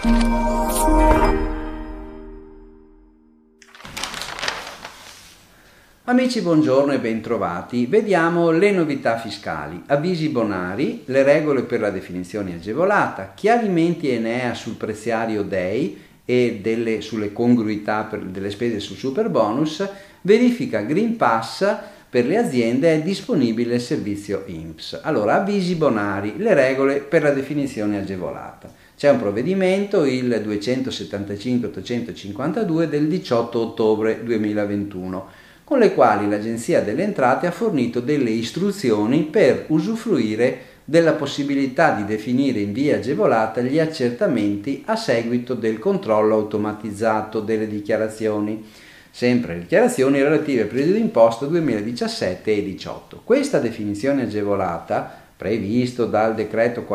Amici, buongiorno e bentrovati. Vediamo le novità fiscali, avvisi bonari, le regole per la definizione agevolata, chiarimenti Enea sul preziario DEI e sulle congruità delle spese sul superbonus, verifica Green Pass per le aziende, è disponibile il servizio INPS. Allora, avvisi bonari, le regole per la definizione agevolata. C'è un provvedimento, il 275-852 del 18 ottobre 2021, con le quali l'Agenzia delle Entrate ha fornito delle istruzioni per usufruire della possibilità di definire in via agevolata gli accertamenti a seguito del controllo automatizzato delle dichiarazioni, sempre le dichiarazioni relative al periodo d'imposta 2017 e 2018. Questa definizione agevolata, previsto dal decreto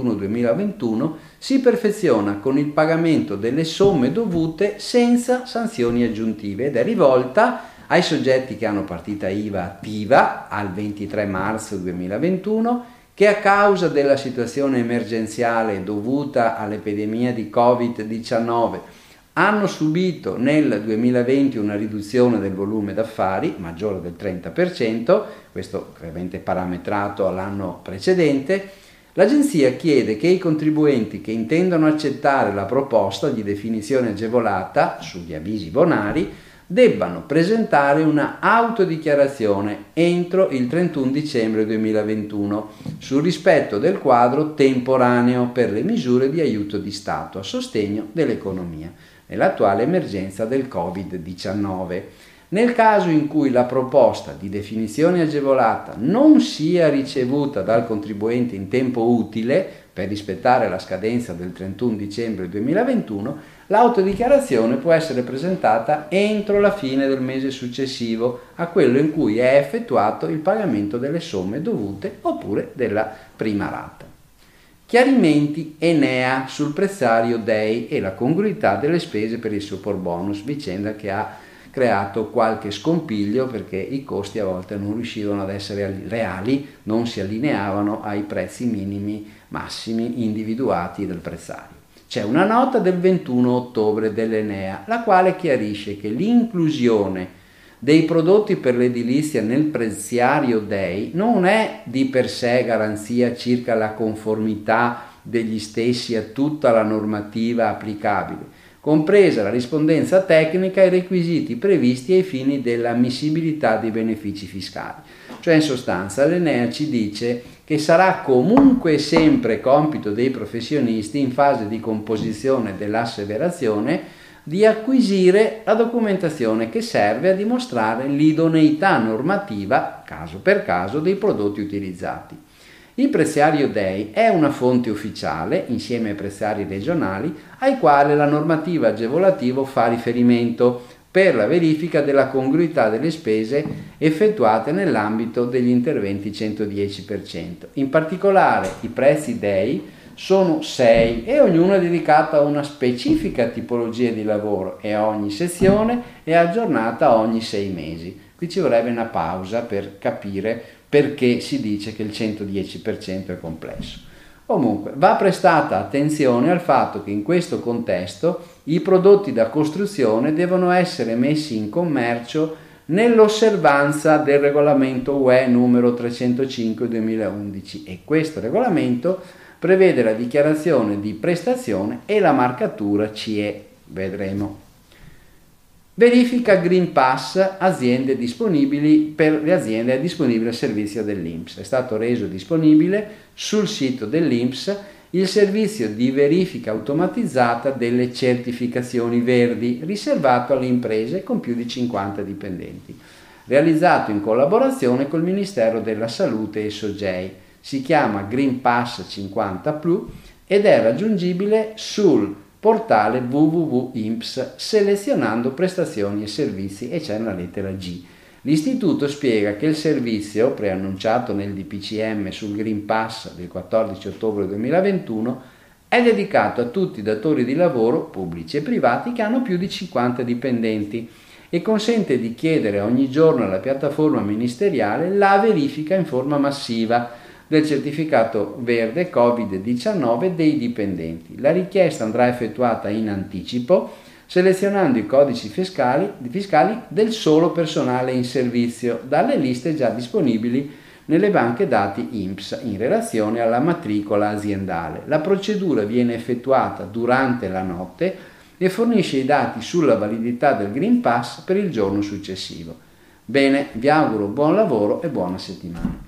41/2021, si perfeziona con il pagamento delle somme dovute senza sanzioni aggiuntive ed è rivolta ai soggetti che hanno partita IVA attiva al 23 marzo 2021, che a causa della situazione emergenziale dovuta all'epidemia di Covid-19 hanno subito nel 2020 una riduzione del volume d'affari maggiore del 30%, questo ovviamente parametrato all'anno precedente. L'Agenzia chiede che i contribuenti che intendono accettare la proposta di definizione agevolata sugli avvisi bonari debbano presentare una autodichiarazione entro il 31 dicembre 2021 sul rispetto del quadro temporaneo per le misure di aiuto di Stato a sostegno dell'economia nell'attuale emergenza del Covid-19. Nel caso in cui la proposta di definizione agevolata non sia ricevuta dal contribuente in tempo utile per rispettare la scadenza del 31 dicembre 2021, l'autodichiarazione può essere presentata entro la fine del mese successivo a quello in cui è effettuato il pagamento delle somme dovute oppure della prima rata. Chiarimenti Enea sul prezzario DEI e la congruità delle spese per il superbonus, vicenda che ha creato qualche scompiglio perché i costi a volte non riuscivano ad essere reali, non si allineavano ai prezzi minimi massimi individuati dal prezzario. C'è una nota del 21 ottobre dell'Enea, la quale chiarisce che l'inclusione dei prodotti per l'edilizia nel preziario DEI non è di per sé garanzia circa la conformità degli stessi a tutta la normativa applicabile, compresa la rispondenza tecnica ai requisiti previsti ai fini dell'ammissibilità dei benefici fiscali. Cioè, in sostanza, l'Enea ci dice che sarà comunque sempre compito dei professionisti in fase di composizione dell'asseverazione di acquisire la documentazione che serve a dimostrare l'idoneità normativa, caso per caso, dei prodotti utilizzati. Il preziario DEI è una fonte ufficiale, insieme ai preziari regionali, ai quali la normativa agevolativa fa riferimento per la verifica della congruità delle spese effettuate nell'ambito degli interventi 110%. In particolare, i prezzi DEI sono 6 e ognuno è dedicato a una specifica tipologia di lavoro e ogni sezione è aggiornata ogni 6 mesi. Qui ci vorrebbe una pausa per capire perché si dice che il 110% è complesso. Comunque, va prestata attenzione al fatto che in questo contesto i prodotti da costruzione devono essere messi in commercio nell'osservanza del regolamento UE numero 305/2011 e questo regolamento prevede la dichiarazione di prestazione e la marcatura CE. Vedremo. Verifica Green Pass aziende disponibili. Per le aziende è disponibile il servizio dell'INPS. È stato reso disponibile sul sito dell'INPS il servizio di verifica automatizzata delle certificazioni verdi riservato alle imprese con più di 50 dipendenti, realizzato in collaborazione col Ministero della Salute e SOGEI. Si chiama Green Pass 50+ ed è raggiungibile sul portale www.inps selezionando prestazioni e servizi e c'è una lettera G. L'istituto spiega che il servizio, preannunciato nel DPCM sul Green Pass del 14 ottobre 2021, è dedicato a tutti i datori di lavoro, pubblici e privati, che hanno più di 50 dipendenti e consente di chiedere ogni giorno alla piattaforma ministeriale la verifica in forma massiva del certificato verde Covid-19 dei dipendenti. La richiesta andrà effettuata in anticipo, selezionando i codici fiscali del solo personale in servizio dalle liste già disponibili nelle banche dati INPS in relazione alla matricola aziendale. La procedura viene effettuata durante la notte e fornisce i dati sulla validità del Green Pass per il giorno successivo. Bene, vi auguro buon lavoro e buona settimana.